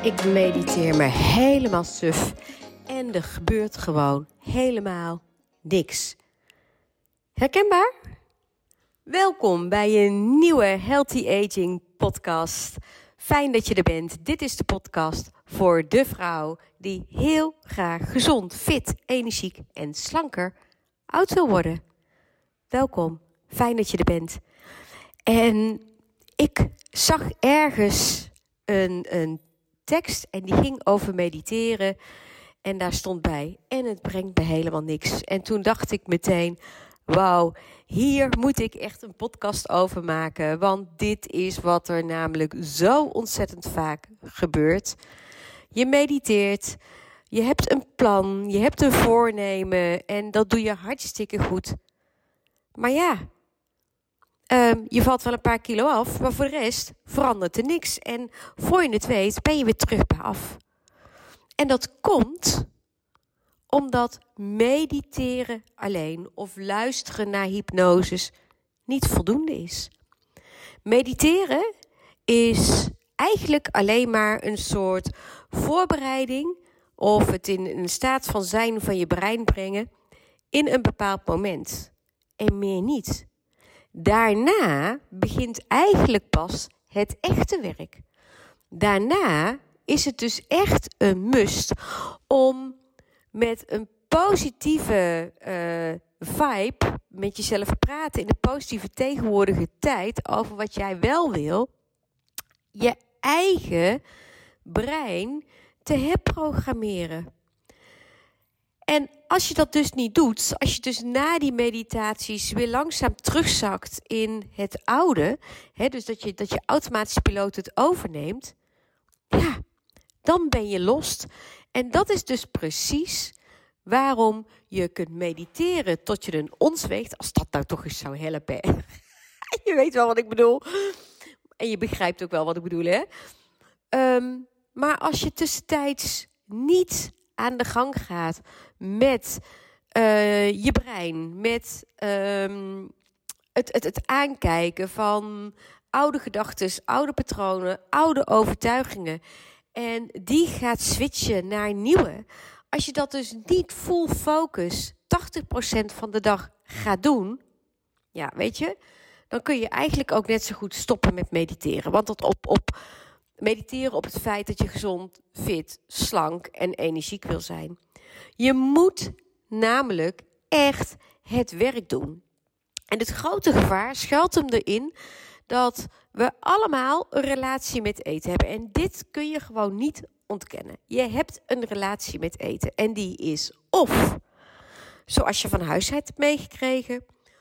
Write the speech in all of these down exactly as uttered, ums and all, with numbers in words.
Ik mediteer me helemaal suf en er gebeurt gewoon helemaal niks. Herkenbaar? Welkom bij een nieuwe Healthy Aging podcast. Fijn dat je er bent. Dit is de podcast voor de vrouw die heel graag gezond, fit, energiek en slanker oud wil worden. Welkom. Fijn dat je er bent. En ik zag ergens een, een tekst en die ging over mediteren. En daar stond bij, en het brengt me helemaal niks. En toen dacht ik meteen, wauw, hier moet ik echt een podcast over maken. Want dit is wat er namelijk zo ontzettend vaak gebeurt. Je mediteert, je hebt een plan, je hebt een voornemen en dat doe je hartstikke goed. Maar ja, um, je valt wel een paar kilo af, maar voor de rest verandert er niks. En voor je het weet ben je weer terug bij af. En dat komt omdat mediteren alleen of luisteren naar hypnoses niet voldoende is. Mediteren is eigenlijk alleen maar een soort voorbereiding of het in een staat van zijn van je brein brengen in een bepaald moment. En meer niet. Daarna begint eigenlijk pas het echte werk. Daarna is het dus echt een must om met een positieve uh, vibe met jezelf praten in de positieve tegenwoordige tijd over wat jij wel wil, je eigen brein te herprogrammeren. En als je dat dus niet doet, als je dus na die meditaties weer langzaam terugzakt in het oude, hè, dus dat je, dat je automatische piloot het overneemt, ja, dan ben je lost. En dat is dus precies waarom je kunt mediteren tot je een ons weegt, als dat nou toch eens zou helpen. Je weet wel wat ik bedoel. En je begrijpt ook wel wat ik bedoel, hè? Um, maar als je tussentijds niet aan de gang gaat met uh, je brein, met um, het, het, het aankijken van oude gedachten, oude patronen, oude overtuigingen, en die gaat switchen naar nieuwe. Als je dat dus niet full focus tachtig procent van de dag gaat doen, ja, weet je, dan kun je eigenlijk ook net zo goed stoppen met mediteren. Want dat op, op mediteren op het feit dat je gezond, fit, slank en energiek wil zijn. Je moet namelijk echt het werk doen. En het grote gevaar schuilt hem erin dat we allemaal een relatie met eten hebben. En dit kun je gewoon niet ontkennen. Je hebt een relatie met eten. En die is of zoals je van huis uit hebt meegekregen,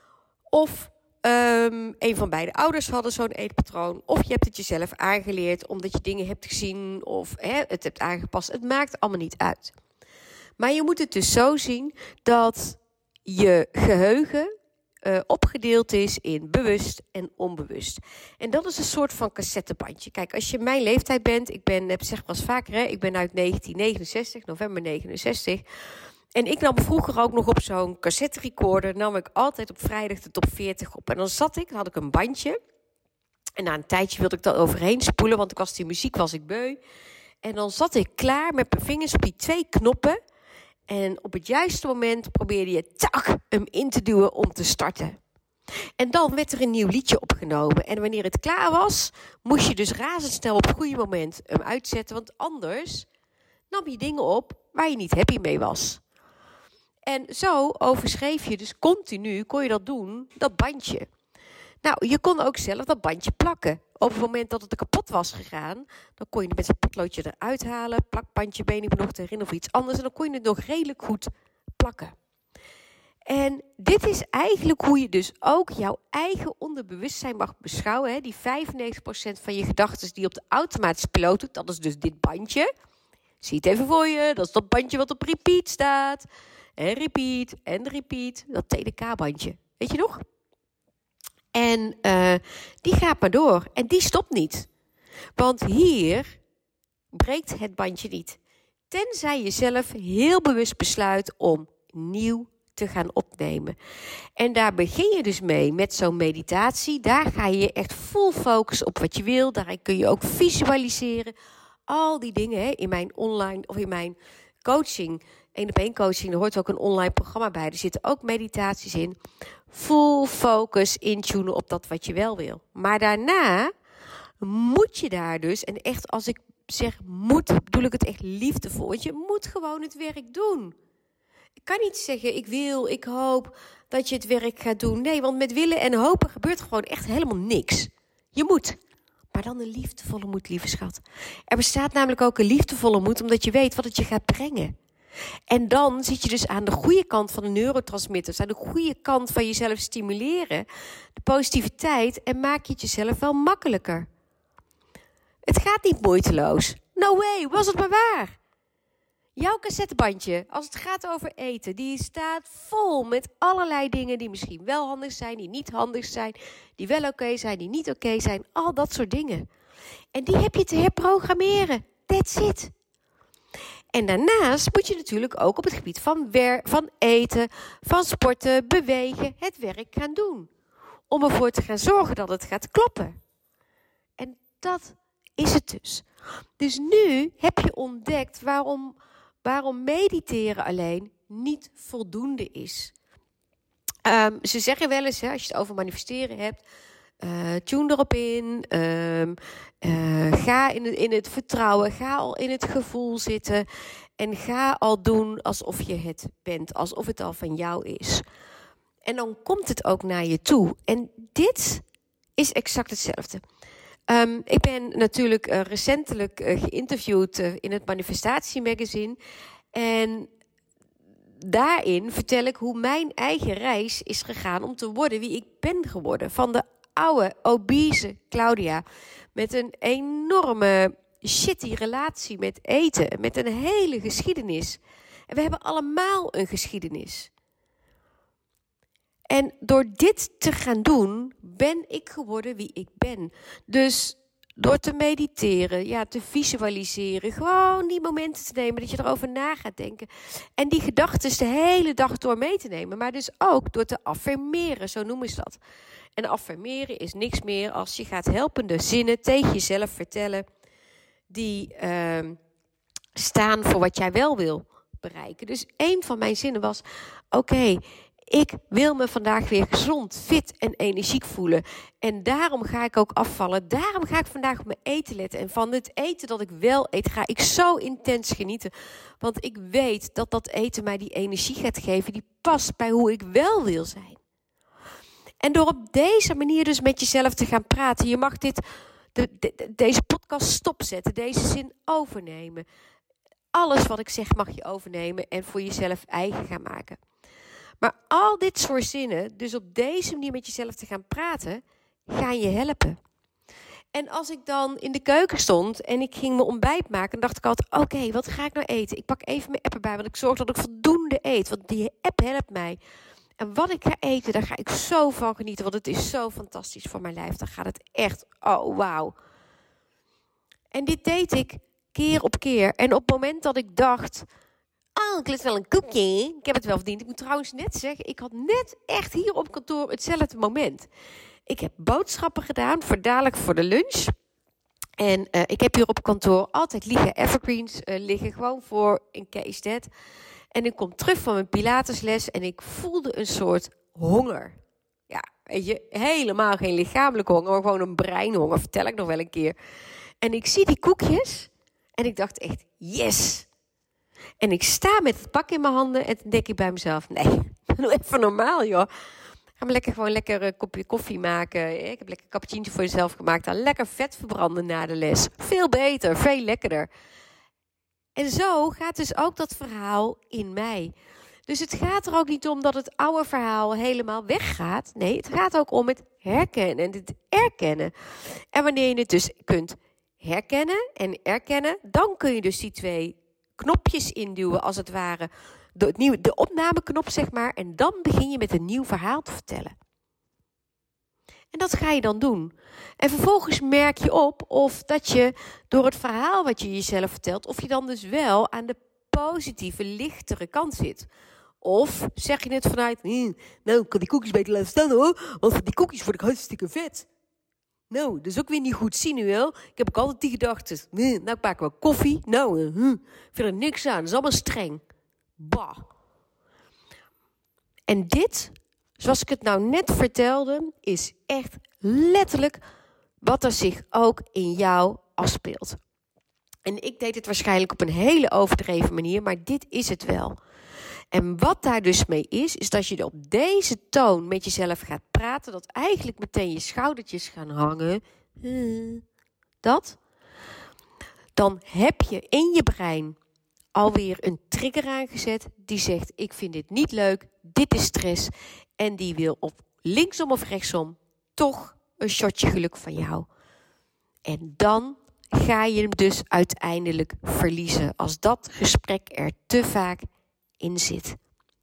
of um, een van beide ouders hadden zo'n eetpatroon, of je hebt het jezelf aangeleerd omdat je dingen hebt gezien of hè, het hebt aangepast. Het maakt allemaal niet uit. Maar je moet het dus zo zien dat je geheugen Uh, opgedeeld is in bewust en onbewust. En dat is een soort van cassettebandje. Kijk, als je mijn leeftijd bent, ik ben, heb zeg wel eens vaker, hè, ik ben uit negentien negenenzestig, november negenenzestig. En ik nam vroeger ook nog op zo'n cassette recorder, nam ik altijd op vrijdag de top veertig op. En dan zat ik, dan had ik een bandje. En na een tijdje wilde ik dat overheen spoelen, want ik was die muziek was ik beu. En dan zat ik klaar met mijn vingers op die twee knoppen. En op het juiste moment probeerde je tak hem in te duwen om te starten. En dan werd er een nieuw liedje opgenomen. En wanneer het klaar was, moest je dus razendsnel op het goede moment hem uitzetten. Want anders nam je dingen op waar je niet happy mee was. En zo overschreef je dus continu, kon je dat doen, dat bandje. Nou, je kon ook zelf dat bandje plakken. Op het moment dat het er kapot was gegaan, dan kon je het met een potloodje eruit halen, plakbandje, ben ik nog erin of iets anders. En dan kon je het nog redelijk goed plakken. En dit is eigenlijk hoe je dus ook jouw eigen onderbewustzijn mag beschouwen. Hè? Die vijfennegentig procent van je gedachten die op de automatische piloot doet, dat is dus dit bandje. Zie het even voor je, dat is dat bandje wat op repeat staat. En repeat, en repeat, dat T D K-bandje. Weet je nog? En uh, die gaat maar door. En die stopt niet. Want hier breekt het bandje niet. Tenzij je zelf heel bewust besluit om nieuw te gaan opnemen. En daar begin je dus mee met zo'n meditatie. Daar ga je echt full focus op wat je wil. Daarin kun je ook visualiseren. al die dingen hè, in mijn online of in mijn coaching, één op één coaching, er hoort ook een online programma bij. Er zitten ook meditaties in. Full focus intunen op dat wat je wel wil. Maar daarna moet je daar dus, en echt als ik zeg moet, bedoel ik het echt liefdevol. Want je moet gewoon het werk doen. Ik kan niet zeggen, ik wil, ik hoop dat je het werk gaat doen. Nee, want met willen en hopen gebeurt gewoon echt helemaal niks. Je moet. Maar dan een liefdevolle moed, lieve schat. Er bestaat namelijk ook een liefdevolle moed, omdat je weet wat het je gaat brengen. En dan zit je dus aan de goede kant van de neurotransmitters, aan de goede kant van jezelf stimuleren, de positiviteit, en maak je het jezelf wel makkelijker. Het gaat niet moeiteloos. No way, was het maar waar. Jouw cassettebandje, als het gaat over eten, die staat vol met allerlei dingen die misschien wel handig zijn, die niet handig zijn, die wel oké zijn, die niet oké zijn, al dat soort dingen. En die heb je te herprogrammeren. That's it. En daarnaast moet je natuurlijk ook op het gebied van, wer- van eten, van sporten, bewegen, het werk gaan doen. Om ervoor te gaan zorgen dat het gaat kloppen. En dat is het dus. Dus nu heb je ontdekt waarom, waarom mediteren alleen niet voldoende is. Um, ze zeggen wel eens, hè, als je het over manifesteren hebt, Uh, tune erop in, um, uh, ga in het, in het vertrouwen, ga al in het gevoel zitten en ga al doen alsof je het bent, alsof het al van jou is. En dan komt het ook naar je toe. En dit is exact hetzelfde. Um, ik ben natuurlijk uh, recentelijk uh, geïnterviewd uh, in het Manifestatiemagazine en daarin vertel ik hoe mijn eigen reis is gegaan om te worden wie ik ben geworden. Van de oude, obese Claudia. Met een enorme shitty relatie met eten. Met een hele geschiedenis. En we hebben allemaal een geschiedenis. En door dit te gaan doen, ben ik geworden wie ik ben. Dus door te mediteren, ja, te visualiseren. Gewoon die momenten te nemen, dat je erover na gaat denken. En die gedachten de hele dag door mee te nemen. Maar dus ook door te affirmeren, zo noemen ze dat. En affirmeren is niks meer als je gaat helpende zinnen tegen jezelf vertellen die uh, staan voor wat jij wel wil bereiken. Dus een van mijn zinnen was, oké, okay, ik wil me vandaag weer gezond, fit en energiek voelen. En daarom ga ik ook afvallen. Daarom ga ik vandaag op mijn eten letten. En van het eten dat ik wel eet, ga ik zo intens genieten. Want ik weet dat dat eten mij die energie gaat geven die past bij hoe ik wel wil zijn. En door op deze manier dus met jezelf te gaan praten. Je mag dit, de, de, deze podcast stopzetten. Deze zin overnemen. Alles wat ik zeg mag je overnemen. En voor jezelf eigen gaan maken. Maar al dit soort zinnen. Dus op deze manier met jezelf te gaan praten. Gaan je helpen. En als ik dan in de keuken stond. En ik ging mijn ontbijt maken. Dan dacht ik altijd. Oké, okay, wat ga ik nou eten? Ik pak even mijn app erbij. Want ik zorg dat ik voldoende eet. Want die app helpt mij. En wat ik ga eten, daar ga ik zo van genieten. Want het is zo fantastisch voor mijn lijf. Dan gaat het echt, oh wauw. En dit deed ik keer op keer. En op het moment dat ik dacht, oh, ik lust wel een koekje. Ik heb het wel verdiend. Ik moet trouwens net zeggen, ik had net echt hier op kantoor hetzelfde moment. Ik heb boodschappen gedaan, voor dadelijk voor de lunch. En uh, ik heb hier op kantoor altijd liege evergreens uh, liggen. Gewoon voor in case that. En ik kom terug van mijn pilatesles en ik voelde een soort honger. Ja, weet je, helemaal geen lichamelijke honger, maar gewoon een breinhonger, vertel ik nog wel een keer. En ik zie die koekjes en ik dacht echt, yes! En ik sta met het pak in mijn handen en dan denk ik bij mezelf, nee, doe even normaal joh. Ga me lekker gewoon lekker een kopje koffie maken. Ik heb lekker een cappuccino voor jezelf gemaakt. Dan lekker vet verbranden na de les. Veel beter, veel lekkerder. En zo gaat dus ook dat verhaal in mij. Dus het gaat er ook niet om dat het oude verhaal helemaal weggaat. Nee, het gaat ook om het herkennen en het erkennen. En wanneer je het dus kunt herkennen en erkennen, dan kun je dus die twee knopjes induwen als het ware. De, nieuwe, de opnameknop zeg maar. En dan begin je met een nieuw verhaal te vertellen. En dat ga je dan doen. En vervolgens merk je op of dat je door het verhaal wat je jezelf vertelt, of je dan dus wel aan de positieve, lichtere kant zit. Of zeg je het vanuit, hm, nou ik kan die koekjes beter laten staan hoor, want van die koekjes word ik hartstikke vet. Nou, dat is ook weer niet goed. Zie nu wel. Ik heb ook altijd die gedachten. Nee, nou pakken we koffie. Nou, uh, hm, ik vind er niks aan. Dat is allemaal streng. Bah. En dit, zoals ik het nou net vertelde, is echt letterlijk wat er zich ook in jou afspeelt. En ik deed het waarschijnlijk op een hele overdreven manier, maar dit is het wel. En wat daar dus mee is, is dat je op deze toon met jezelf gaat praten, dat eigenlijk meteen je schoudertjes gaan hangen. Dat. Dan heb je in je brein alweer een trigger aangezet die zegt, ik vind dit niet leuk, dit is stress. En die wil op linksom of rechtsom toch een shotje geluk van jou. En dan ga je hem dus uiteindelijk verliezen als dat gesprek er te vaak in zit.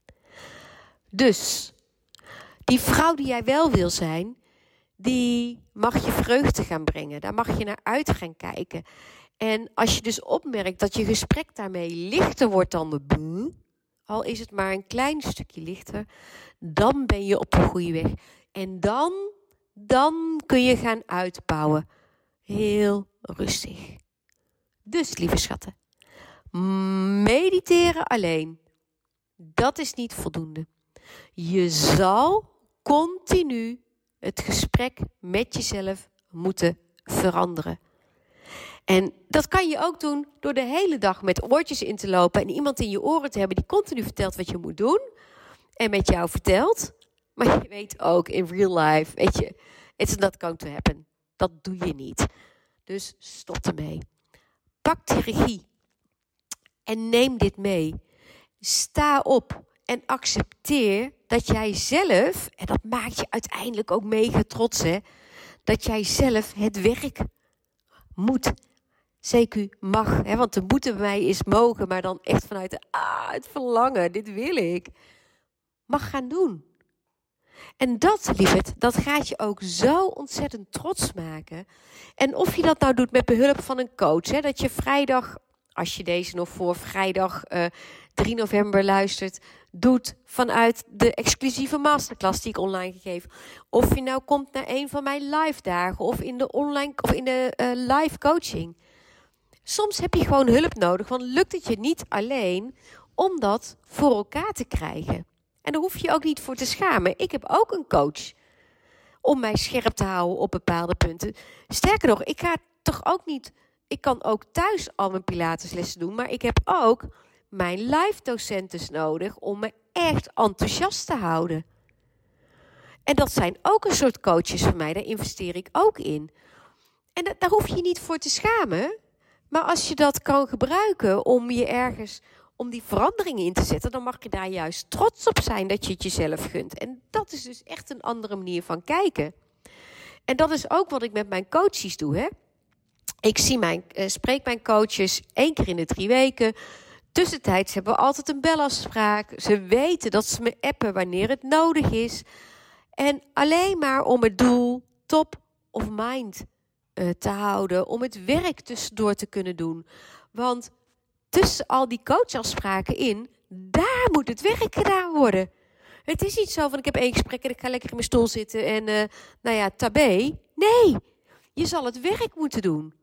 Dus, die vrouw die jij wel wil zijn, die mag je vreugde gaan brengen. Daar mag je naar uit gaan kijken. En als je dus opmerkt dat je gesprek daarmee lichter wordt dan de boe, al is het maar een klein stukje lichter, dan ben je op de goede weg. En dan, dan kun je gaan uitbouwen. Heel rustig. Dus, lieve schatten, mediteren alleen, dat is niet voldoende. Je zal continu het gesprek met jezelf moeten veranderen. En dat kan je ook doen door de hele dag met oortjes in te lopen en iemand in je oren te hebben die continu vertelt wat je moet doen en met jou vertelt. Maar je weet ook in real life, weet je, it's not going to happen. Dat doe je niet. Dus stop ermee. Pak die regie en neem dit mee. Sta op en accepteer dat jij zelf, en dat maakt je uiteindelijk ook mega trots, hè, dat jij zelf het werk moet. C Q mag, hè, want de moeten bij mij is mogen, maar dan echt vanuit de, ah, het verlangen, dit wil ik. Mag gaan doen. En dat, lieverd, dat gaat je ook zo ontzettend trots maken. En of je dat nou doet met behulp van een coach, hè, dat je vrijdag, als je deze nog voor vrijdag uh, drie november luistert, doet vanuit de exclusieve masterclass die ik online gegeven. Of je nou komt naar een van mijn live dagen of in de online of in de uh, live coaching. Soms heb je gewoon hulp nodig, want lukt het je niet alleen om dat voor elkaar te krijgen. En daar hoef je ook niet voor te schamen. Ik heb ook een coach om mij scherp te houden op bepaalde punten. Sterker nog, ik ga toch ook niet. Ik kan ook thuis al mijn pilateslessen doen, maar ik heb ook mijn live docentes nodig om me echt enthousiast te houden. En dat zijn ook een soort coaches van mij, daar investeer ik ook in. En dat, daar hoef je je niet voor te schamen. Maar als je dat kan gebruiken om je ergens, om die veranderingen in te zetten, dan mag je daar juist trots op zijn dat je het jezelf gunt. En dat is dus echt een andere manier van kijken. En dat is ook wat ik met mijn coaches doe, hè. Ik zie mijn, uh, spreek mijn coaches één keer in de drie weken. Tussentijds hebben we altijd een belafspraak. Ze weten dat ze me appen wanneer het nodig is. En alleen maar om het doel top of mind uh, te houden. Om het werk tussendoor te kunnen doen. Want tussen al die coachafspraken in, daar moet het werk gedaan worden. Het is niet zo van ik heb één gesprek en ik ga lekker in mijn stoel zitten en uh, nou ja, tabé. Nee, je zal het werk moeten doen.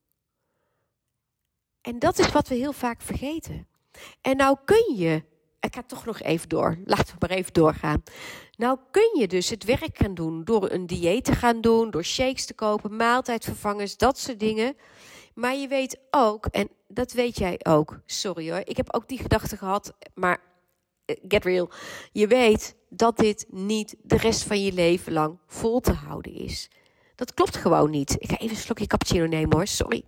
En dat is wat we heel vaak vergeten. En nou kun je, ik ga toch nog even door, laten we maar even doorgaan. Nou kun je dus het werk gaan doen door een dieet te gaan doen, door shakes te kopen, maaltijdvervangers, dat soort dingen. Maar je weet ook, en dat weet jij ook, sorry hoor, ik heb ook die gedachte gehad, maar get real. Je weet dat dit niet de rest van je leven lang vol te houden is. Dat klopt gewoon niet. Ik ga even een slokje cappuccino nemen hoor, sorry.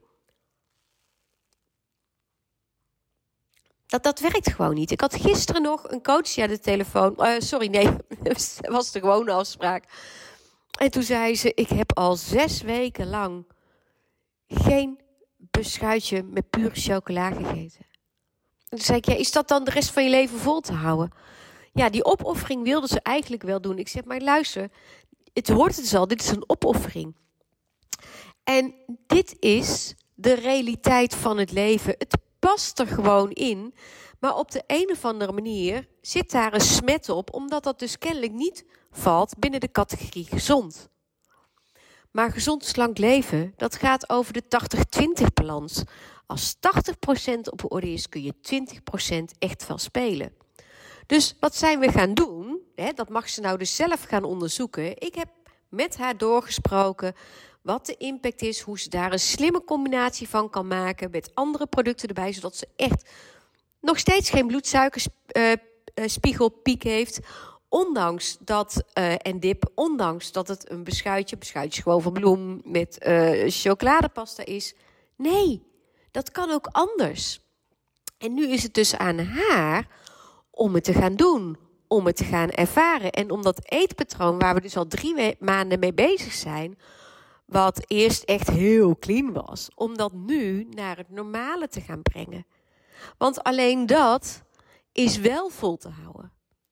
Dat, dat werkt gewoon niet. Ik had gisteren nog een coach aan de telefoon. Uh, sorry, nee, dat was de gewone afspraak. En toen zei ze, ik heb al zes weken lang geen beschuitje met pure chocola gegeten. En toen zei ik, ja, is dat dan de rest van je leven vol te houden? Ja, die opoffering wilde ze eigenlijk wel doen. Ik zeg, maar luister, het hoort het dus al, dit is een opoffering. En dit is de realiteit van het leven. Het past er gewoon in. Maar op de een of andere manier zit daar een smet op, omdat dat dus kennelijk niet valt binnen de categorie gezond. Maar gezond slank leven, dat gaat over de tachtig twintig balans. Als tachtig procent op orde is, kun je twintig procent echt wel spelen. Dus wat zijn we gaan doen? Hè, dat mag ze nou dus zelf gaan onderzoeken. Ik heb met haar doorgesproken wat de impact is, hoe ze daar een slimme combinatie van kan maken met andere producten erbij, zodat ze echt nog steeds geen bloedsuikerspiegelpiek heeft. Ondanks dat, uh, en dip, ondanks dat het een beschuitje, beschuitje gewoon van bloem met uh, chocoladepasta is. Nee, dat kan ook anders. En nu is het dus aan haar om het te gaan doen, om het te gaan ervaren. En om dat eetpatroon, waar we dus al drie we- maanden mee bezig zijn, wat eerst echt heel clean was, om dat nu naar het normale te gaan brengen. Want alleen dat is wel vol te houden.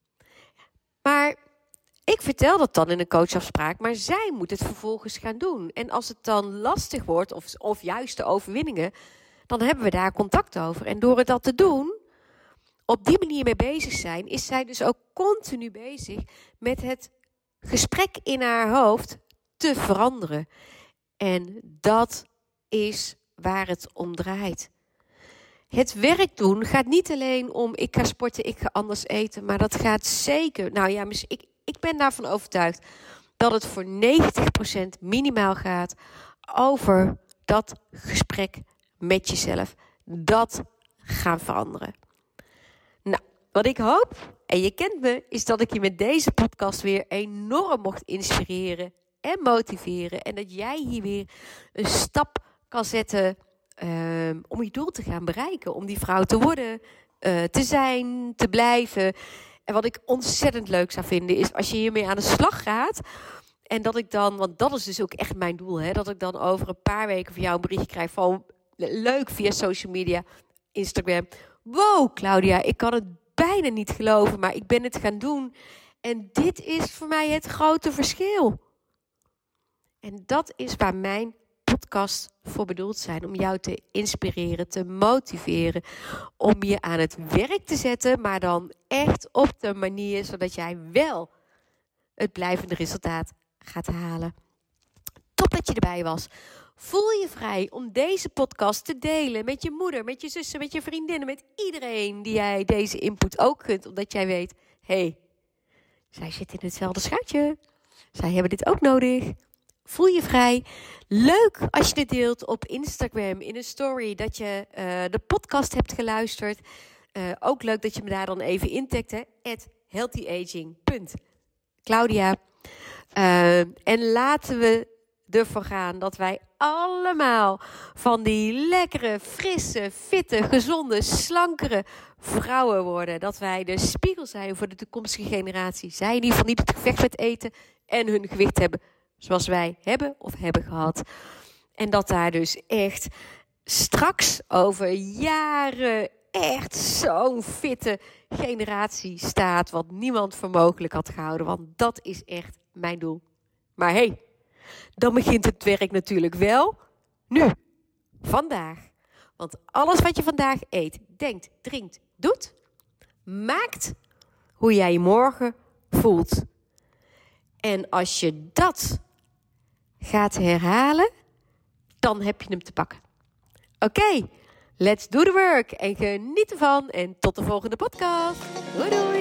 Maar ik vertel dat dan in een coachafspraak, maar zij moet het vervolgens gaan doen. En als het dan lastig wordt, of, of juist de overwinningen, dan hebben we daar contact over. En door het dat te doen, op die manier mee bezig zijn, is zij dus ook continu bezig met het gesprek in haar hoofd te veranderen. En dat is waar het om draait. Het werk doen gaat niet alleen om ik ga sporten, ik ga anders eten. Maar dat gaat zeker, nou ja, ik, ik ben daarvan overtuigd dat het voor negentig procent minimaal gaat over dat gesprek met jezelf. Dat gaan veranderen. Nou, wat ik hoop, en je kent me, is dat ik je met deze podcast weer enorm mocht inspireren en motiveren. En dat jij hier weer een stap kan zetten Um, om je doel te gaan bereiken. Om die vrouw te worden, uh, te zijn, te blijven. En wat ik ontzettend leuk zou vinden is als je hiermee aan de slag gaat. En dat ik dan, want dat is dus ook echt mijn doel. Hè, dat ik dan over een paar weken van jou een berichtje krijg van leuk via social media, Instagram. Wow Claudia, ik kan het bijna niet geloven, maar ik ben het gaan doen. En dit is voor mij het grote verschil. En dat is waar mijn podcast voor bedoeld zijn, om jou te inspireren, te motiveren, om je aan het werk te zetten, maar dan echt op de manier zodat jij wel het blijvende resultaat gaat halen. Top dat je erbij was. Voel je vrij om deze podcast te delen met je moeder, met je zussen, met je vriendinnen, met iedereen die jij deze input ook gunt, omdat jij weet, hé, hey, zij zitten in hetzelfde schuitje. Zij hebben dit ook nodig. Voel je vrij. Leuk als je dit deelt op Instagram in een story dat je uh, de podcast hebt geluisterd. Uh, ook leuk dat je me daar dan even intagt, hè. at healthyaging punt claudia. Uh, en laten we ervoor gaan dat wij allemaal van die lekkere, frisse, fitte, gezonde, slankere vrouwen worden. Dat wij de spiegel zijn voor de toekomstige generatie. Zij in ieder geval niet het gevecht met eten en hun gewicht hebben zoals wij hebben of hebben gehad. En dat daar dus echt straks over jaren echt zo'n fitte generatie staat, wat niemand voor mogelijk had gehouden. Want dat is echt mijn doel. Maar hé, hey, dan begint het werk natuurlijk wel nu, vandaag. Want alles wat je vandaag eet, denkt, drinkt, doet, maakt hoe jij je morgen voelt. En als je dat gaat herhalen, dan heb je hem te pakken. Oké, okay, let's do the work en geniet ervan en tot de volgende podcast. Doei doei!